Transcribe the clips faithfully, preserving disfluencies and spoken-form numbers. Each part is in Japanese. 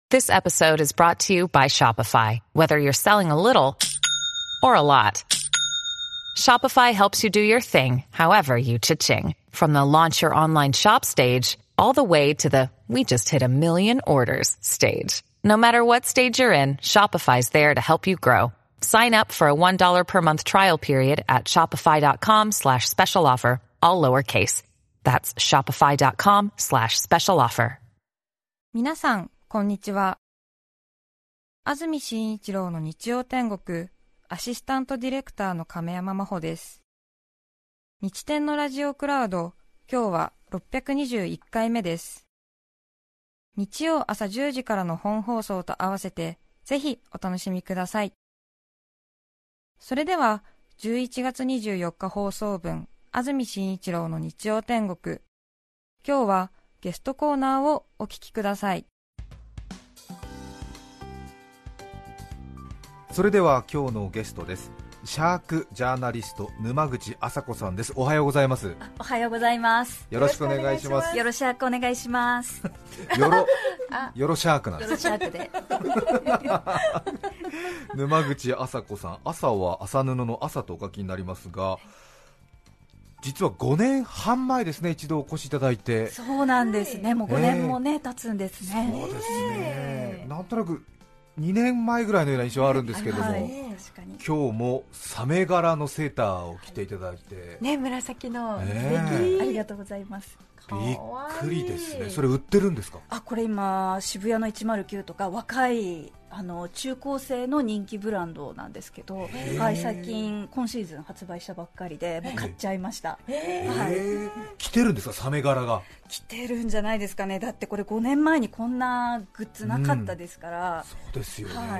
This episode is brought to you by Shopify. Whether you're selling a little or a lot, Shopify helps you do your thing, however you cha-ching. From the launch your online shop stage, all the way to the we just hit a million orders stage. No matter what stage you're in, Shopify's there to help you grow. Sign up for a one dollar per month trial period at shopify.com slash special offer, all lowercase. That's shopify.com slash special offer. 皆さん、こんにちは。安住紳一郎の日曜天国、アシスタントディレクターの亀山真帆です。日天のラジオクラウド、今日はろっぴゃくにじゅういっかいめです。日曜朝じゅうじからの本放送と合わせて、ぜひお楽しみください。それでは、じゅういちがつにじゅうよっか放送分、安住紳一郎の日曜天国。今日はゲストコーナーをお聞きください。 それでは今日のゲストです。シャークジャーナリスト沼口麻子さんです。おはようございます。 おはようございます。 よろしくお願いします。 よろしくお願いします。 よろよろシャークなんです。 よろシャークで沼口麻子さん、朝は麻布の朝とお書きになりますが、実はごねんはんまえですね、一度お越しいただいて。 そうなんですね、もうごねんもね、えー、経つんですね。 そうですね、なんとなくにねんまえぐらいのような印象はあるんですけども、はい、 確かに今日もサメ柄のセーターを着ていただいて、 ね、紫の、 えー、 素敵、ありがとうございます。 びっくりですね。それ売ってるんですか？ あ、これ今渋谷のいちまるきゅうとか若いあの中高生の人気ブランドなんですけど、はい、最近今シーズン発売したばっかりでもう買っちゃいました。はい、 着てるんですか、サメ柄が？ 着てるんじゃないですかね。だってこれごねんまえにこんなグッズなかったですから、 うん、そうですよね、 はい、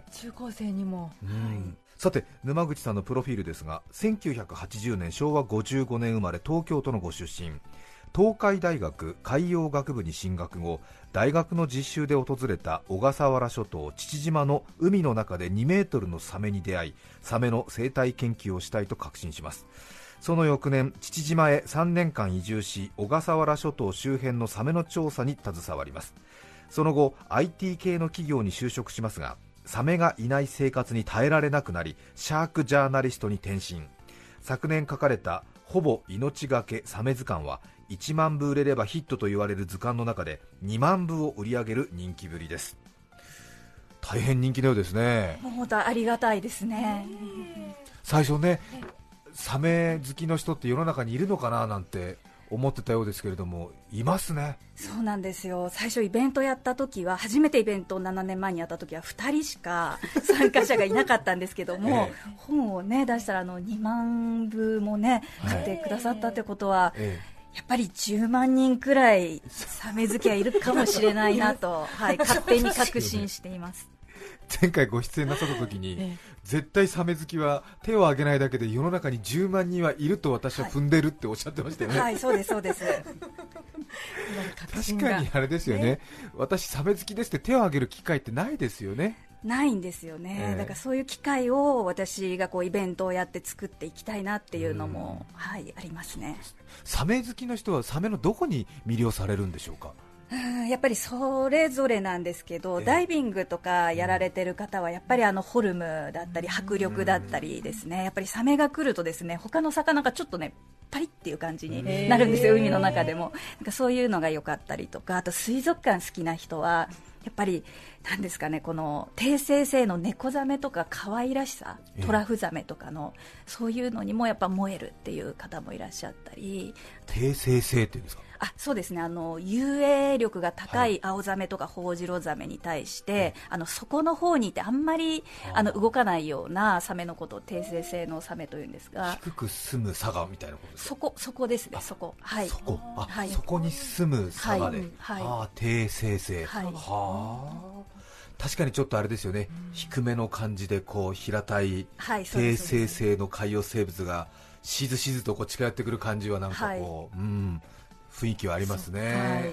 中高生にも、 うん、はい。さて沼口さんのプロフィールですが、せんきゅうひゃくはちじゅうねんしょうわごじゅうごねん生まれ、東京都のご出身。東海大学海洋学部に進学後、大学の実習で訪れた小笠原諸島父島の海の中でにメートルのサメに出会い、サメの生態研究をしたいと確信します。その翌年、父島へさんねんかん移住し、小笠原諸島周辺のサメの調査に携わります。その後 アイティー 系の企業に就職しますが、サメがいない生活に耐えられなくなり、シャークジャーナリストに転身。昨年書かれたほぼ命がけサメ図鑑はいちまんぶ売れればヒットと言われる図鑑の中でにまんぶを売り上げる人気ぶりです。大変人気のようですね。 もう本当ありがたいですね。 最初ね、サメ好きの人って世の中にいるのかななんて思ってたようですけれども、いますね。 そうなんですよ。最初イベントやった時は、初めてイベントをななねんまえにやった時はふたりしか参加者がいなかったんですけども、ええ、本を、ね、出したらあのにまんぶも、ね、買ってくださったってことは、ええ、やっぱりじゅうまんにんくらいサメ好きはいるかもしれないなと、はい、勝手に確信しています。 前回ご出演なさった時に、ええ、絶対サメ好きは手を挙げないだけで世の中にじゅうまんにんはいると私は踏んでるっておっしゃってましたよね。 はい、はい、そうですそうです確かにあれですよね、私サメ好きですって手を挙げる機会ってないですよね。 ないんですよね、えー、だからそういう機会を私がこうイベントをやって作っていきたいなっていうのも、はい、ありますね。 サメ好きの人はサメのどこに魅了されるんでしょうか？ うん、やっぱりそれぞれなんですけど、えー、ダイビングとかやられてる方はやっぱりあのフォルムだったり迫力だったりですね、やっぱりサメが来るとですね、他の魚がちょっとねパリっていう感じになるんですよ、えー、海の中でも。なんかそういうのが良かったりとか、あと水族館好きな人はやっぱりなんですかね、この低生性の猫ザメとか可愛らしさ、トラフザメとかの、えー、そういうのにもやっぱ燃えるっていう方もいらっしゃったり。 低生性っていうんですか？ あ、そうですね、あの遊泳力が高いアオザメとかホウジロザメに対して、はい、あの底の方にいてあんまりあの動かないようなサメのことを低生性のサメというんですが、 低く住むサガみたいなことですか？ そこ、そこですね、そこ、はい、 そこ、あ、 はい、 そこに住むサガで、はいはい、あ、低生性、 はい、 はあ、確かにちょっとあれですよね、うん、低めの感じでこう平たい、はい、低生性の海洋生物がしずしずとこう近寄ってくる感じはなんかこう、はい、うん、雰囲気はありますね。はい、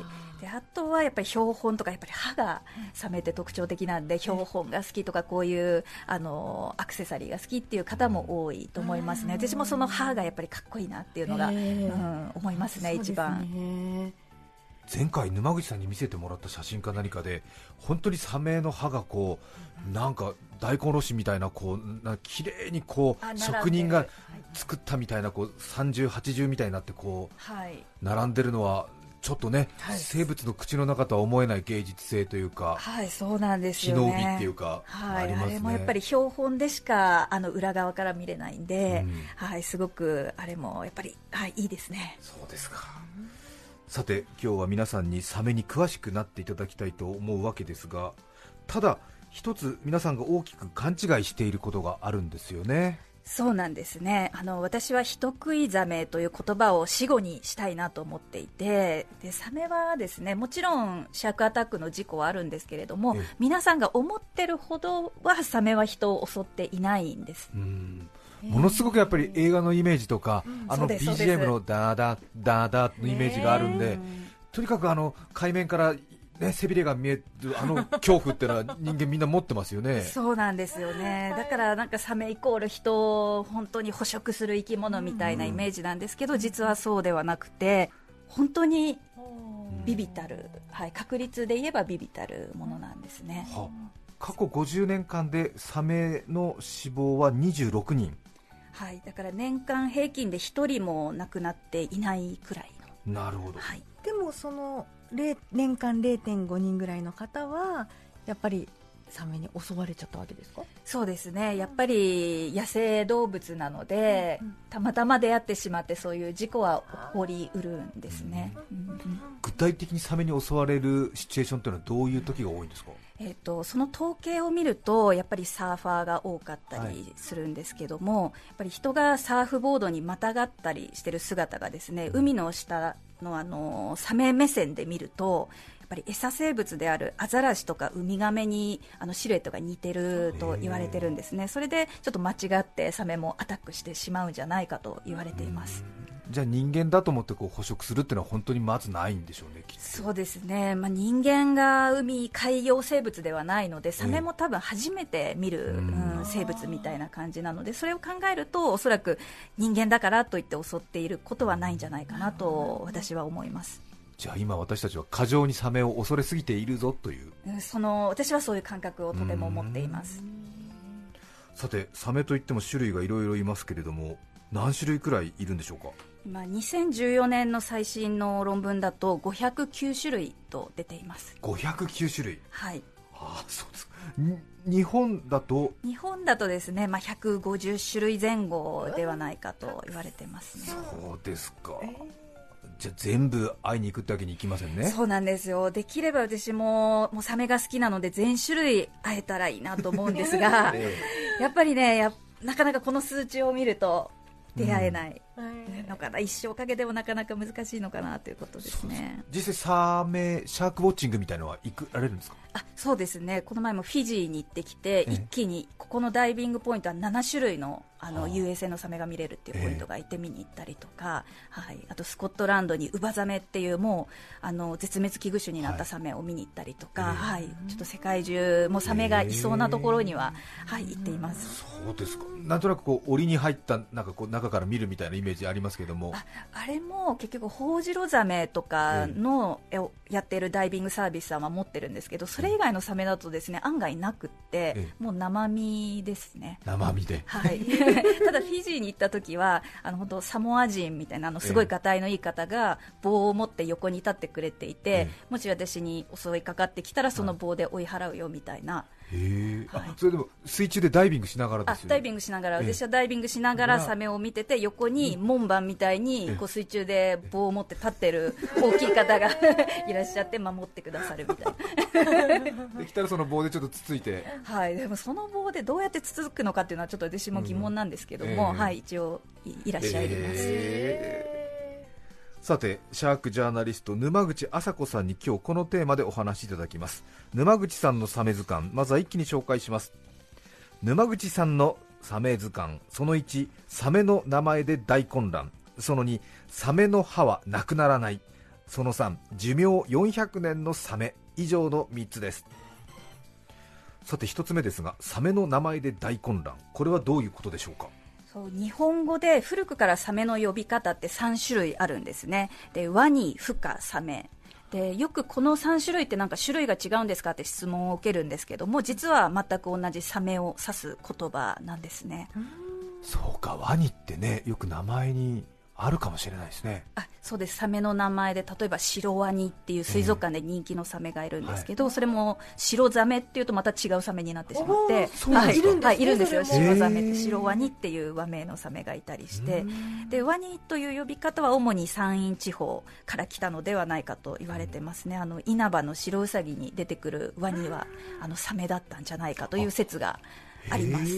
であとはやっぱり標本とかやっぱり歯がサメって特徴的なんで、標本が好きとかこういうあのアクセサリーが好きっていう方も多いと思いますね。私もその歯がやっぱりかっこいいなっていうのが、うん、思いますね、一番。 前回沼口さんに見せてもらった写真か何かで本当にサメの歯がこうなんか大根おろしみたいなこうな綺麗にこう職人が作ったみたいなこう三重八重みたいになってこう、はい、並んでるのはちょっとね、はい、生物の口の中とは思えない芸術性というか、 はい、そうなんですよね、 機能美っていうか、 はい、 ありますね。 あれもやっぱり標本でしかあの裏側から見れないんで、うん、はい、すごくあれもやっぱり、はい、いいですね。 そうですか。さて今日は皆さんにサメに詳しくなっていただきたいと思うわけですが、ただ一つ皆さんが大きく勘違いしていることがあるんですよね。 そうなんですね。あの私は人食いザメという言葉を死語にしたいなと思っていて、でサメはですね、もちろんシャークアタックの事故はあるんですけれども、皆さんが思ってるほどはサメは人を襲っていないんです。うん、 ものすごくやっぱり映画のイメージとか、うん、あの ビージーエム のダーダーダーダーのイメージがあるんで、とにかくあの海面からね、背びれが見えるあの恐怖ってのは人間みんな持ってますよね。 そうなんですよね。だからなんかサメイコール人を本当に捕食する生き物みたいなイメージなんですけど、うん、実はそうではなくて本当にビビたる、はい、確率で言えばビビたるものなんですね。は過去ごじゅうねんかんでサメの死亡はにじゅうろくにん、 はい、だから年間平均でひとりも亡くなっていないくらいの。 なるほど、 はい、でもその年間 れいてんごにんぐらいの方はやっぱりサメに襲われちゃったわけですか？ そうですね、やっぱり野生動物なので、うんうん、たまたま出会ってしまってそういう事故は起こりうるんですね、うんうん、 具体的にサメに襲われるシチュエーションというのはどういう時が多いんですか？ えーと、その統計を見るとやっぱりサーファーが多かったりするんですけども、はい、やっぱり人がサーフボードにまたがったりしてる姿がですね、海の下のあのサメ目線で見るとやっぱり餌生物であるアザラシとかウミガメにあのシルエットが似てると言われてるんですね。それでちょっと間違ってサメもアタックしてしまうんじゃないかと言われています。 じゃあ人間だと思ってこう捕食するっていうのは本当にまずないんでしょうね、きっと。 そうですね、まあ、人間が海海洋生物ではないのでサメも多分初めて見る、うん、生物みたいな感じなので、それを考えるとおそらく人間だからといって襲っていることはないんじゃないかなと私は思います。 じゃあ今私たちは過剰にサメを恐れすぎているぞという、 その私はそういう感覚をとても持っています。 さてサメといっても種類がいろいろいますけれども、何種類くらいいるんでしょうか？ 今にせんじゅうよねんの最新の論文だとごひゃくきゅうしゅるいと出ています。 ごひゃくきゅうしゅるい、 はい。 ああ、そうですか。日本だと日本だとですね、まあ、ひゃくごじゅっしゅるいぜん後ではないかと言われてますね。 そうですか。じゃあ全部会いに行くってわけにいきませんね。 そうなんですよ。できれば私ももうサメが好きなので全種類会えたらいいなと思うんですが、ええ、やっぱりねやなかなかこの数値を見ると出会えないのかな、うん、一生かけてもなかなか難しいのかなということですね。 実際サメシャークウォッチングみたいなのは行くられるんですか？ あ、そうですね、この前もフィジーに行ってきて、一気にここのダイビングポイントはななしゅるいのあの遊泳性のサメが見れるっていうポイントがいて見に行ったりとか、はい、あとスコットランドにウバザメっていうもうあの絶滅危惧種になったサメを見に行ったりとか、はいはい、ちょっと世界中もサメがいそうなところには、はい、行っています。 そうですか。なんとなくこう檻に入ったなんかこう中から見るみたいなイメージありますけども、 あ, あれも結局ホウジロザメとかの絵をやっているダイビングサービスさんは持ってるんですけど、それ以外のサメだとですね案外なくって、もう生身ですね。 生身で、 はい、ただフィジーに行った時はあの本当サモア人みたいなあのすごいがたいのいい方が棒を持って横に立ってくれていて、もし私に襲いかかってきたらその棒で追い払うよみたいな。 へー、はい、あ、それでも水中でダイビングしながらですよね。 あ、ダイビングしながら、私はダイビングしながらサメを見てて、横に門番みたいにこう水中で棒を持って立ってる大きい方がいらっしゃって守ってくださるみたいな。 できたらその棒でちょっとつついて、 はい、でもその棒でどうやってつつくのかっていうのはちょっと私も疑問なんですけども、うん、えー、はい、一応 い, いらっしゃいます、えーさてシャークジャーナリスト沼口麻子さんに今日このテーマでお話しいただきます。沼口さんのサメ図鑑、まずは一気に紹介します。沼口さんのサメ図鑑、そのいち、サメの名前で大混乱、そのに、サメの歯はなくならない、そのさん、寿命よんひゃくねんのサメ、以上のみっつです。さてひとつめですが、サメの名前で大混乱、これはどういうことでしょうか？ そう、日本語で古くからサメの呼び方ってさんしゅるいあるんですね。で、ワニ、フカ、サメでよくこのさん種類ってなんか種類が違うんですかって質問を受けるんですけども、実は全く同じサメを指す言葉なんですね。 そうか、ワニってねよく名前にあるかもしれないですね。 あ、そうです。サメの名前で例えば白ワニっていう水族館で人気のサメがいるんですけど、えーはい、それも白ザメっていうとまた違うサメになってしまって、はい、いるんです、はい、いるんですよ。白ザメって白ワニっていう和名のサメがいたりして、でワニという呼び方は主に山陰地方から来たのではないかと言われてますね。あの稲葉の白ウサギに出てくるワニはあのサメだったんじゃないかという説があります。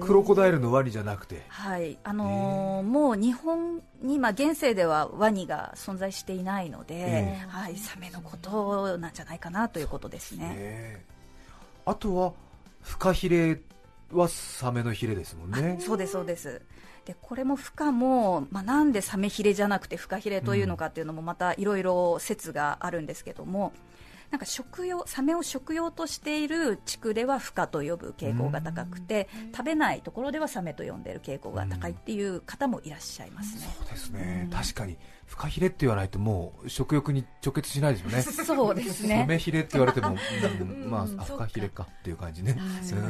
クロコダイルのワニじゃなくて、 はい、あのー、もう日本に今現世ではワニが存在していないので、はい、サメのことなんじゃないかなということですね。 ね、あとはフカヒレはサメのヒレですもんね。 そうですそうです。でこれもフカも、まあ、なんでサメヒレじゃなくてフカヒレというのかっていうのもまたいろいろ説があるんですけども、なんか食用サメを食用としている地区ではフカと呼ぶ傾向が高くて、食べないところではサメと呼んでいる傾向が高いっていう方もいらっしゃいますね。 そうですね、確かにフカヒレって言わないともう食欲に直結しないですよね。 そうですね。 サメヒレって言われても、うん、まあフカヒレかっていう感じね。うん、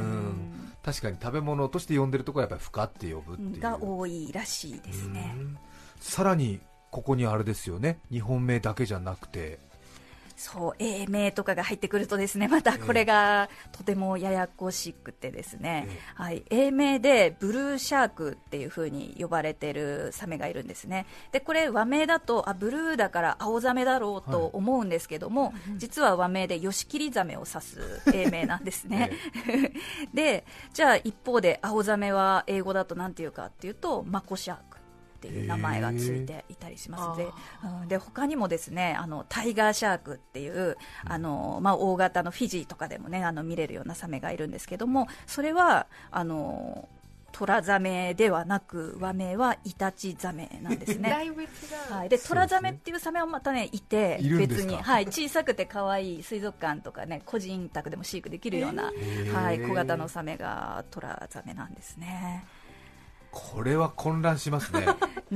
確かに食べ物として呼んでるところはやっぱりフカって呼ぶっていうが多いらしいですね。 さらにここにあれですよね、日本名だけじゃなくて、 そう英名とかが入ってくるとですね、またこれがとてもややこしくてですね、えーはい、英名でブルーシャークっていう風に呼ばれてるサメがいるんですね。でこれ和名だとあブルーだから青ザメだろうと思うんですけども、はい、実は和名でヨシキリザメを指す英名なんですね。えー、でじゃあ一方で青ザメは英語だとなんていうかっていうとマコシャークっていう名前がついていたりしますので、えーうん、で他にもですね、あのタイガーシャークっていうあの、まあ、大型のフィジーとかでもねあの見れるようなサメがいるんですけども、それはあのトラザメではなく和名はイタチザメなんですね。 だいぶ違う。 はい、でトラザメっていうサメはまたねいて、別に、はい、小さくて可愛い水族館とかね個人宅でも飼育できるような、はい、小型のサメがトラザメなんですね。 これは混乱しますね。 うん、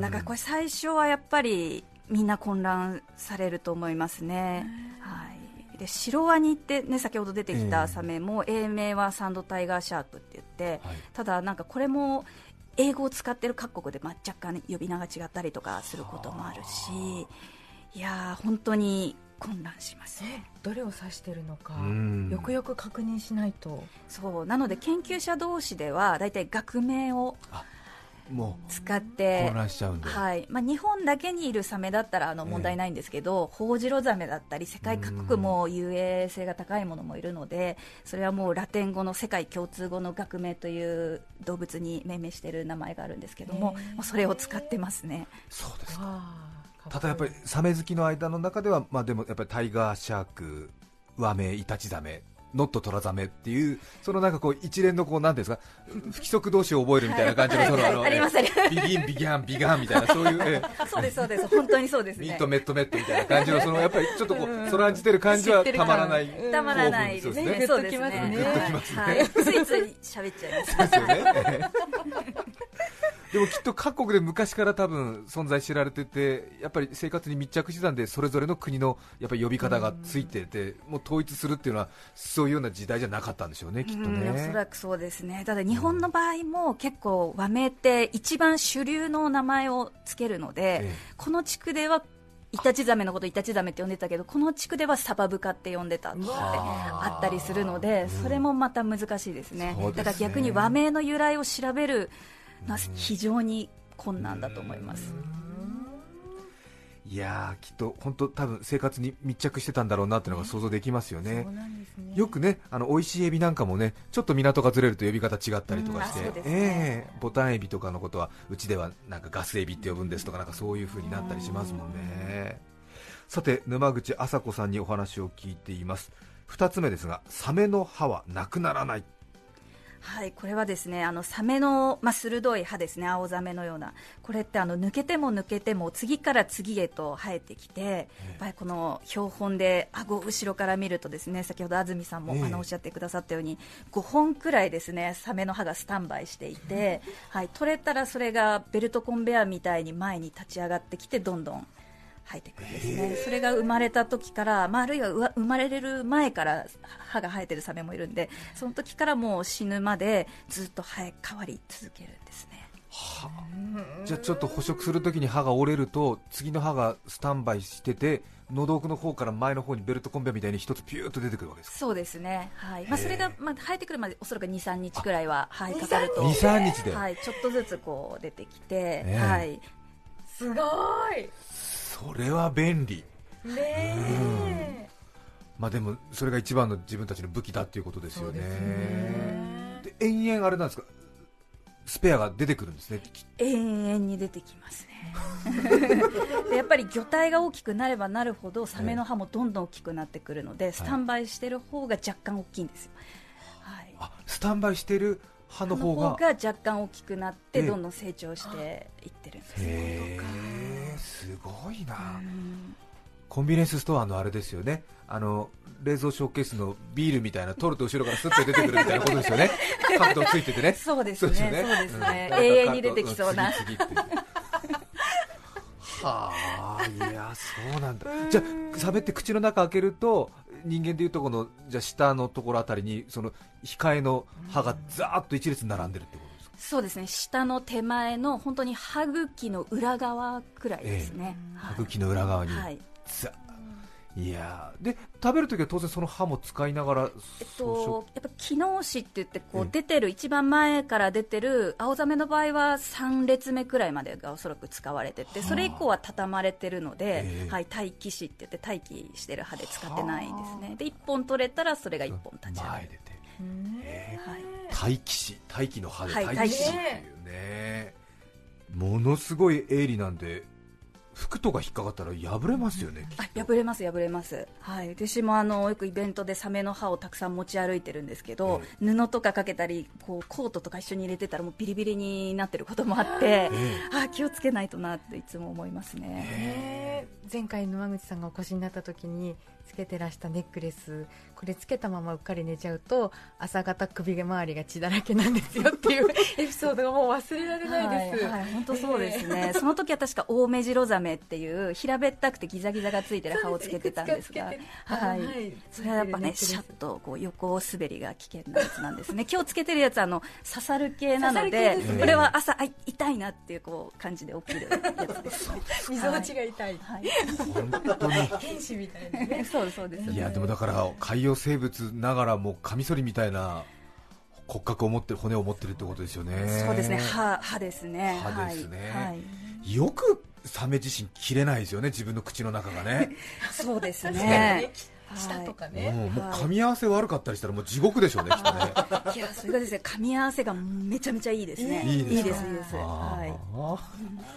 なんかこれ最初はやっぱりみんな混乱されると思いますね。はい、で白ワニって、ね、先ほど出てきたサメも英名はサンドタイガーシャークって言って、はい、ただなんかこれも英語を使っている各国で、まあ、若干、ね、呼び名が違ったりとかすることもあるし、いや本当に混乱しますね。 どれを指しているのかよくよく確認しないと。 そうなので研究者同士ではだいたい学名を使って混乱しちゃうんで、 はいまあ、日本だけにいるサメだったらあの問題ないんですけど、えー、ホウジロザメだったり世界各国も遊泳性が高いものもいるので、それはもうラテン語の世界共通語の学名という動物に命名している名前があるんですけども、えー、それを使ってますね。 そうですか。ただやっぱりサメ好きの間の中では、まあ、でもやっぱりタイガーシャーク、和名イタチザメ、ノットトラザメっていうそのなんかこう一連のこうなんですか不規則同士を覚えるみたいな感じの、そのあの、 ありますあります。 ビギンビギャンビガンみたいなそういう、えそうですそうです、本当にそうですね。 ミットメットメットみたいな感じのそのやっぱりちょっとこうそらんじてる感じはたまらない。 たまらないですね。そうですね。グッときますね。はい、ついつい喋っちゃいます。ですよね。 でもきっと各国で昔から多分存在知られてて、やっぱり生活に密着してたんで、それぞれの国のやっぱり呼び方がついてて、もう統一するっていうのはそういうような時代じゃなかったんでしょうね、きっとね。 おそらくそうですね。ただ日本の場合も結構和名って一番主流の名前をつけるので、ええ、この地区ではイタチザメのことイタチザメって呼んでたけど、この地区ではサバブカって呼んでたってあったりするので、それもまた難しいですね。うん、だから逆に和名の由来を調べるのは非常に困難だと思います。 いやー、きっと本当多分生活に密着してたんだろうなっていうのが想像できますよね。そうなんですね。よくね、あの美味しいエビなんかもね、ちょっと港がずれると呼び方違ったりとかして、うんねえー、ボタンエビとかのことはうちではなんかガスエビって呼ぶんですとか、なんかそういう風になったりしますもんね。さて沼口麻子さんにお話を聞いています。ふたつめですが、サメの歯はなくならない。 はい、これはですね、あのサメの、まあ、鋭い歯ですね、青ザメのような、これってあの抜けても抜けても次から次へと生えてきて、やっぱりこの標本で顎を後ろから見るとですね、先ほど安住さんもあのおっしゃってくださったようにごほんくらいですね、サメの歯がスタンバイしていて、はい、取れたらそれがベルトコンベヤーみたいに前に立ち上がってきてどんどん生えてくるんですね。それが生まれた時から、まあ、あるいはうわ生まれる前から歯が生えてるサメもいるんで、その時からもう死ぬまでずっと生え変わり続けるんですね。 はあ、じゃあちょっと捕食するときに歯が折れると次の歯がスタンバイしてて、喉奥の方から前の方にベルトコンベみたいに一つピューッと出てくるわけですか。 そうですね、はい。まあ、それが、まあ、生えてくるまでおそらく にさんにちくらいは、はい、かかると、 にさんにちで、 はい、ちょっとずつこう出てきて、 ね、 はい、 すごい、 それは便利ねえ、 まあ、でもそれが一番の自分たちの武器だっていうことですよね。で延々あれなんですか、スペアが出てくるんですね。 永遠に出てきますねでやっぱり魚体が大きくなればなるほどサメの歯もどんどん大きくなってくるので、スタンバイしてる方が若干大きいんですよ、はい、 あ、スタンバイしてる歯の方が歯の方が若干大きくなってどんどん成長していってるんです。 へー、すごいな。コンビニエンスストアのあれですよね、あの冷蔵ショーケースのビールみたいな取ると後ろからスッと出てくるみたいなことですよね角度ついててね。 そうですね、そうですね、 うん、 永遠に出てきそうな次々ってはあ、いや、そうなんだ。じゃあサメって口の中開けると人間でいうとこのじゃあ下のところあたりにその控えの歯がザーッと一列並んでるってことですか。 そうですね、下の手前の本当に歯茎の裏側くらいですね、 ええ、歯茎の裏側に、 はい、 ザいやで食べるときは当然その歯も使いながら、 えっと、やっぱ機能歯って言ってこう出てる一番前から出てる青ザメの場合はさん列目くらいまでがおそらく使われてて、それ以降は畳まれてるので、 えーはい、待機歯って言って待機してる歯で使ってないんですね。でいっぽん取れたらそれがいっぽん立ち上がる、 前出て、えーはい、 待機歯、待機の歯ではい待機歯っていうね、ものすごい鋭利なんで服とか引っかかったら破れますよね。 あ、破れます破れます、はい、私もあのよくイベントでサメの歯をたくさん持ち歩いてるんですけど、えー、布とかかけたりこうコートとか一緒に入れてたらもうビリビリになってることもあって、えー、あ、気をつけないとなっていつも思いますね、 えー、前回沼口さんがお越しになった時につけてらしたネックレス、これつけたままうっかり寝ちゃうと朝方首周りが血だらけなんですよっていうエピソードがもう忘れられないです。 はいはい、本当そうですね、えー、その時は確かオオメジロザメっていう平べったくてギザギザがついてる歯をつけてたんですが、はい、それはやっぱねシャッとこう横滑りが危険なやつなんですね今日つけてるやつはあの刺さる系なの で, で、ね、これは朝あ痛いなっていうこう感じで起きるやつです、ね、 溝落ちが痛い、はい、 本当に天使みたいなねそうそうです、ね、 いやでもだから海洋生物ながらもカミソリみたいな骨格を持ってる、骨を持ってるってことですよね。 そうですね、歯、歯ですね。 歯ですね、 はいはい、 よくサメ自身切れないですよね、自分の口の中がねそうですね舌とかね、 もう、もう噛み合わせ悪かったりしたらもう地獄でしょうねきっとねいやそれがですね、噛み合わせがめちゃめちゃいいですね、 いいですいいですいいです、はい、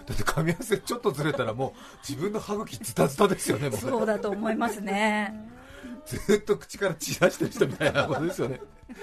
だって噛み合わせちょっとずれたらもう自分の歯茎ズタズタですよねもうね。 そうだと思いますねずっと口から血出してる人みたいなことですよね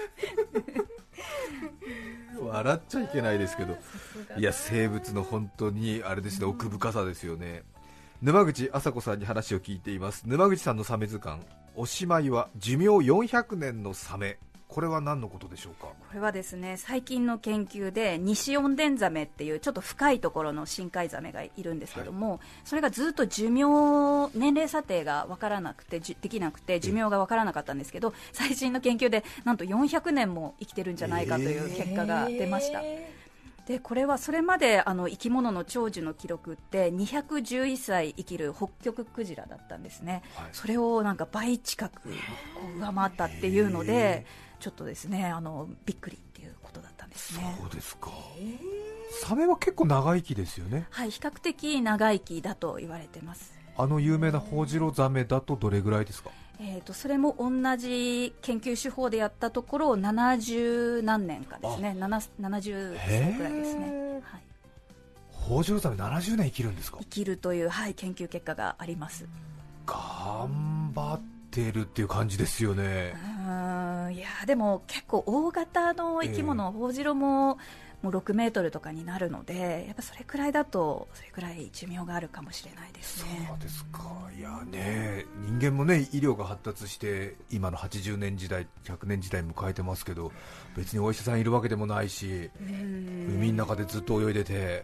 笑っちゃいけないですけど、いや生物の本当にあれですね、奥深さですよね。沼口麻子さんに話を聞いています。沼口さんのサメ図鑑、おしまいは寿命よんひゃくねんのサメ、これは何のことでしょうか。これはですね、最近の研究でニシオンデンザメっていうちょっと深いところの深海ザメがいるんですけども、はい、それがずっと寿命年齢査定が分からなくてできなくて寿命が分からなかったんですけど、最新の研究でなんとよんひゃくねんも生きてるんじゃないかという結果が出ました、えーでこれはそれまであの生き物の長寿の記録ってにひゃくじゅういっさい生きるホッキョククジラだったんですね、はい、それをなんか倍近くこう上回ったっていうのでちょっとですねあのびっくりっていうことだったんですね。 そうですか。サメは結構長生きですよね。 はい、比較的長生きだと言われてます。あの有名なホウジロザメだとどれぐらいですか。 えー、とそれも同じ研究手法でやったところななじゅうなんねんかですね、ななじゅっさいくらいですね、はい、 ホウジロザメななじゅうねん生きるんですか。 生きるという、はい、研究結果があります。 頑張ってるっていう感じですよね。 うーん、いやでも結構大型の生き物、えー、ホウジロももうろくメートルとかになるので、やっぱそれくらいだとそれくらい寿命があるかもしれないですね。 そうですか。いやね、人間もね医療が発達して今のはちじゅうねん時代ひゃくねん時代迎えてますけど、別にお医者さんいるわけでもないし、海の中でずっと泳いでて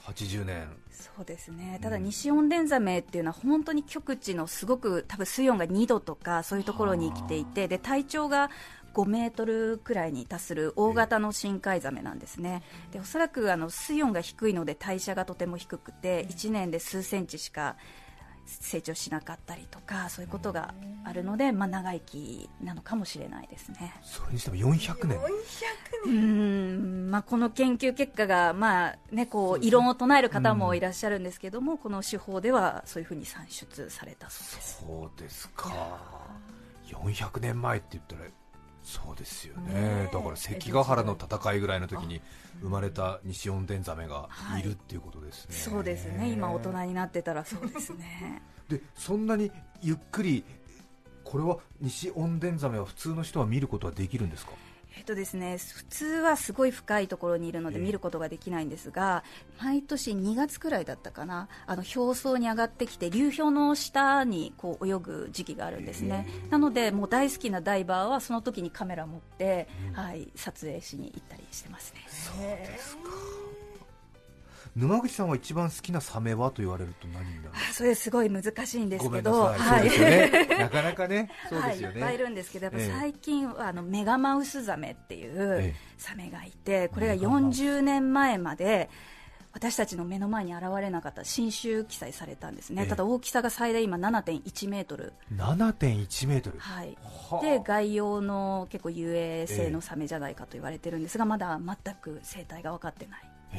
はちじゅうねん。 そうですね。ただニシオンデンザメっていうのは本当に極地のすごく多分水温がにどとかそういうところに生きていて、で体長がごメートルくらいに達する大型の深海ザメなんですね。でおそらくあの水温が低いので代謝がとても低くていちねんで数センチしか成長しなかったりとかそういうことがあるので、まあ、長生きなのかもしれないですね。 それにしてもよんひゃくねん。 うーん、まあ、この研究結果が、まあね、こう異論を唱える方もいらっしゃるんですけども、この手法ではそういうふうに算出されたそうです。 そうですか。よんひゃくねんまえって言ったらそうですよね。だから関ヶ原の戦いぐらいの時に生まれたニシオンデンザメがいるっていうことですね。 はい、そうですね。今大人になってたらそうですね。 でそんなにゆっくり、これはニシオンデンザメは普通の人は見ることはできるんですか？ えっとですね、普通はすごい深いところにいるので見ることができないんですが、えー、毎年にがつくらいだったかな、あの表層に上がってきて流氷の下にこう泳ぐ時期があるんですね。えー、なのでもう大好きなダイバーはその時にカメラ持って、うん、はい、撮影しに行ったりしてますね。 そうですか。沼口さんは一番好きなサメはと言われると何になるんですか？ それすごい難しいんですけど、 ごめんなさい、そうですよね、なかなかね、そうですよね、 はい、いっぱいいるんですけど、やっぱ最近はあのメガマウスザメっていうサメがいて、これがよんじゅうねんまえまで私たちの目の前に現れなかった新種記載されたんですね。ただ大きさが最大今 ななてんいちメートル。 ななてんいちメートル。 はい。で外洋の結構遊泳性のサメじゃないかと言われてるんですが、まだ全く生態が分かってない。はい、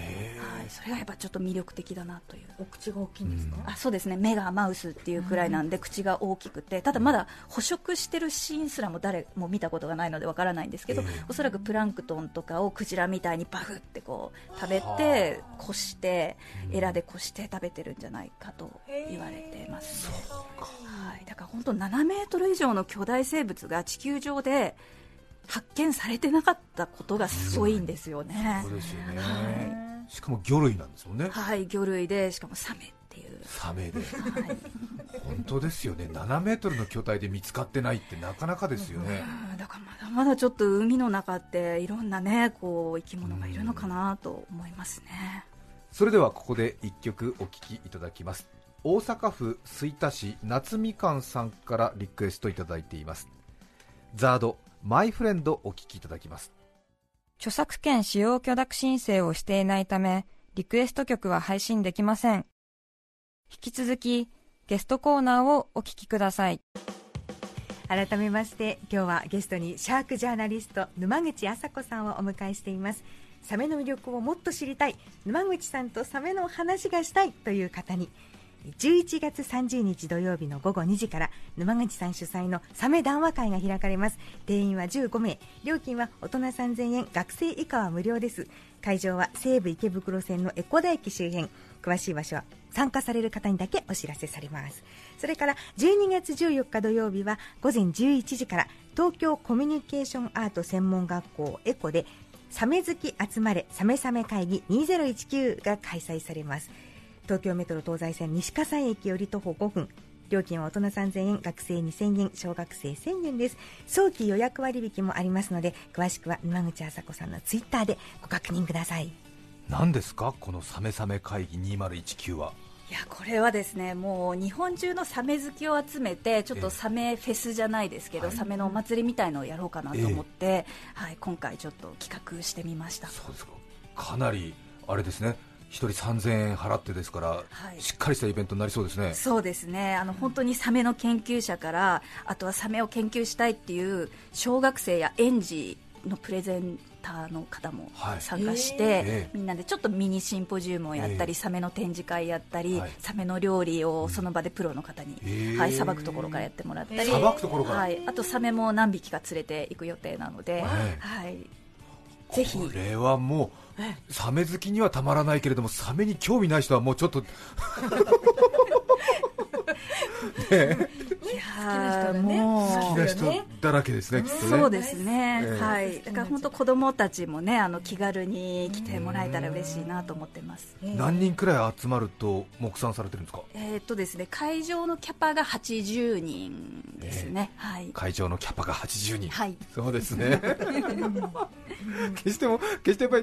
それがやっぱちょっと魅力的だなという。 お口が大きいんですか？ うん、あ、そうですね。目がマウスっていうくらいなんで、うん、口が大きくて、ただまだ捕食してるシーンすらも誰も見たことがないのでわからないんですけど、えー、おそらくプランクトンとかをクジラみたいにバフってこう食べてこしてエラでこして食べてるんじゃないかと言われてます、ね。はい、だから本当ななメートル以上の巨大生物が地球上で発見されてなかったことがすごいんですよね。 そうですよね。はい、しかも魚類なんですもんね。 はい、魚類でしかもサメっていう。 サメで、はい、本当ですよね。ななメートルの巨体で見つかってないってなかなかですよね。 うん、だからまだまだちょっと海の中っていろんなねこう生き物がいるのかなと思いますね。 それではここでいっきょくお聴きいただきます。大阪府吹田市夏みかんさんからリクエストいただいています。ザードマイフレンドお聴きいただきます。 著作権使用許諾申請をしていないためリクエスト曲は配信できません。引き続きゲストコーナーをお聞きください。 改めまして今日はゲストにシャークジャーナリスト沼口麻子さんをお迎えしています。サメの魅力をもっと知りたい、沼口さんとサメの話がしたいという方にじゅういちがつさんじゅうにち土曜日のごごにじから沼口さん主催のサメ談話会が開かれます。定員はじゅうごめい、料金は大人さんぜんえん、学生以下は無料です。会場は西武池袋線の江古田駅周辺。詳しい場所は参加される方にだけお知らせされます。それからじゅうにがつじゅうよっか土曜日はごぜんじゅういちじから東京コミュニケーションアート専門学校エコでサメ好き集まれサメサメ会議にせんじゅうきゅうが開催されます。東京メトロ東西線西葛西駅より徒歩ごふん。料金は大人さんぜんえん、学生にせんえん、小学生せんえんです。早期予約割引もありますので、詳しくは沼口麻子さんのツイッターでご確認ください。 何ですかこのサメサメ会議にせんじゅうきゅうは？ いやこれはですね、もう日本中のサメ好きを集めてちょっとサメフェスじゃないですけど、えー、サメのお祭りみたいのをやろうかなと思って、えーはい、今回ちょっと企画してみました。 そうですか。かなりあれですね、ひとりさんぜんえん払ってですから、はい、しっかりしたイベントになりそうですね。 そうですね、あの本当にサメの研究者から、あとはサメを研究したいっていう小学生や園児のプレゼンターの方も参加して、はいえー、みんなでちょっとミニシンポジウムをやったり、えー、サメの展示会やったり、はい、サメの料理をその場でプロの方に、うんはい、さばくところからやってもらったり、 さばくところから、 はい、あとサメも何匹か連れていく予定なので、えーはい、ぜひ。 これはもうサメ好きにはたまらないけれども、サメに興味ない人はもうちょっとねいやもう好きな人だらけですね、きっとね。 そうですね、えーはい、だから本当子供たちもね、あの気軽に来てもらえたら嬉しいなと思ってます。 何人くらい集まると目算されてるんですか？ えーっとですね、会場のキャパがはちじゅうにんですね、えーはい、 会場のキャパがはちじゅうにん、 はい、 そうですね決しても決してやっぱり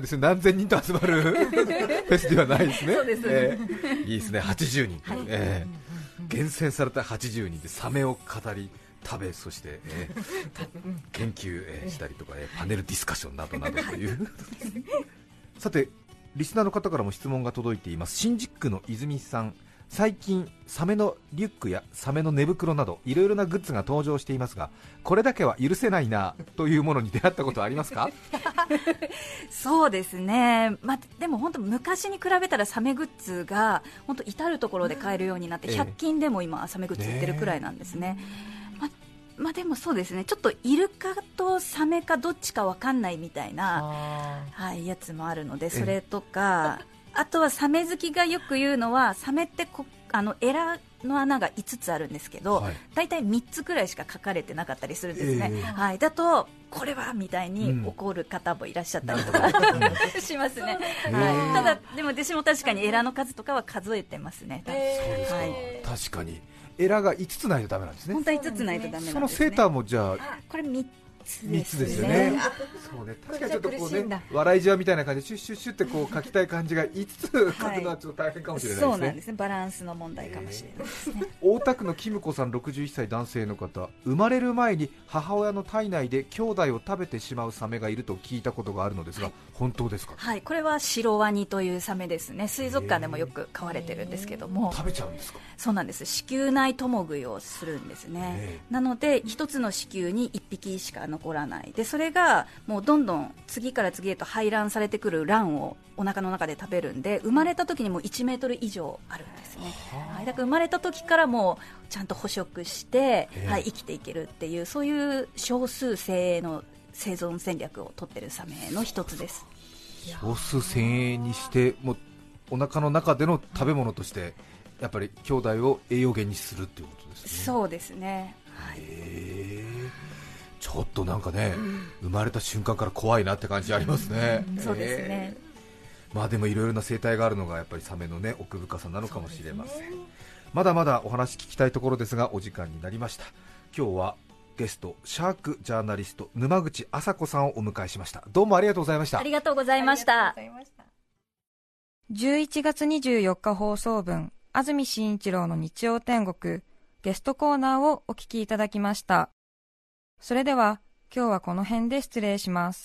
ですよ、何千人と集まるフェスではないですね。 そうです、 えー、いいですね、はちじゅうにん、 はい、 えー、厳選されたはちじゅうにんでサメを語り食べ、そして、えー、研究、えー、したりとか、えー、パネルディスカッションなどなどというさてリスナーの方からも質問が届いています。新宿区の泉さん、最近サメのリュックやサメの寝袋などいろいろなグッズが登場していますが、これだけは許せないなというものに出会ったことはありますか？ そうですね、まあ、でも本当昔に比べたらサメグッズが本当至る所で買えるようになって、ひゃく均でも今サメグッズ売ってるくらいなんですね。ままあ、でもそうですね、ちょっとイルカとサメかどっちか分かんないみたいな、はい、やつもあるので、それとか、あとはサメ好きがよく言うのは、サメってこあのエラの穴がいつつあるんですけど、はい、だいたいみっつくらいしか書かれてなかったりするんですね、えーはい、だとこれはみたいに怒る方もいらっしゃったりとか、うん、しますね、はい、ただでも私も確かにエラの数とかは数えてますね、 えー、そうですか、はい、確かにエラがいつつないとダメなんですね。 本当はいつつないとダメなんですね。 そのセーターもじゃあ、 あこれみっつですね。 みっつですよね。そうね、確かにちょっとこうね、笑いじわみたいな感じでシュッシュッシュッってこう書きたい感じがいつつ書くのはちょっと大変かもしれないですね。 そうなんですね、バランスの問題かもしれないですね。 大田区のキムコさん、ろくじゅういっさい男性の方、生まれる前に母親の体内で兄弟を食べてしまうサメがいると聞いたことがあるのですが、はい、本当ですか？ はい、これはシロワニというサメですね。水族館でもよく飼われてるんですけども、 食べちゃうんですか？ そうなんです、子宮内共食いをするんですね。なので一つの子宮にいっぴきしか残らないで、それがもうどんどん次から次へと排卵されてくる卵をお腹の中で食べるんで、生まれた時にもいちメートル以上あるんですね、はい、だから生まれた時からもうちゃんと捕食して、はい、生きていけるっていう、そういう少数精鋭の生存戦略を取ってるサメの一つです。 少数精鋭にしてもうお腹の中での食べ物としてやっぱり兄弟を栄養源にするっていうことですね。 そうですね、はい、 へー、ちょっとなんかね、うん、生まれた瞬間から怖いなって感じありますね、 うん、そうですね。 まあでもいろいろな生態があるのがやっぱりサメのね奥深さなのかもしれません、ね、まだまだお話聞きたいところですがお時間になりました。今日はゲストシャークジャーナリスト沼口麻子さんをお迎えしました。どうもありがとうございました。 ありがとうございました。 じゅういちがつにじゅうよっか放送分、安住紳一郎の日曜天国ゲストコーナーをお聞きいただきました。それでは今日はこの辺で失礼します。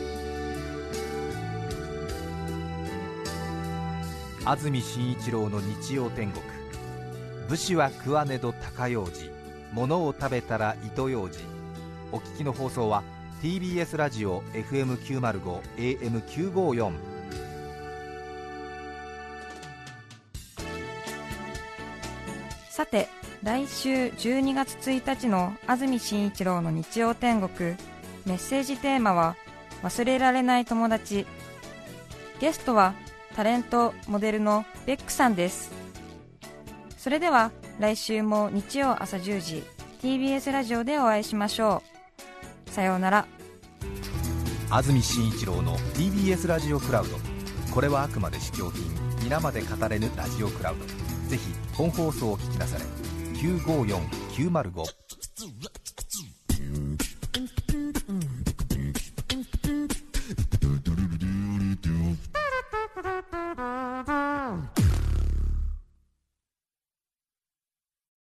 安住紳一郎の日曜天国、武士は食わねど高楊枝、物を食べたら糸ようじ。お聞きの放送は ティービーエス ラジオ エフエムきゅうまるご エーエムきゅうごよん。 さて来週じゅうにがつついたちの安住紳一郎の日曜天国、メッセージテーマは忘れられない友達。ゲストはタレントモデルのベックさんです。それでは来週も日曜朝じゅうじ ティービーエス ラジオでお会いしましょう。さようなら。 安住紳一郎の ティービーエス ラジオクラウド、これはあくまで試供品、皆まで語れぬラジオクラウド。ぜひ本放送を聞きなされ。きゅうごよん きゅうまるご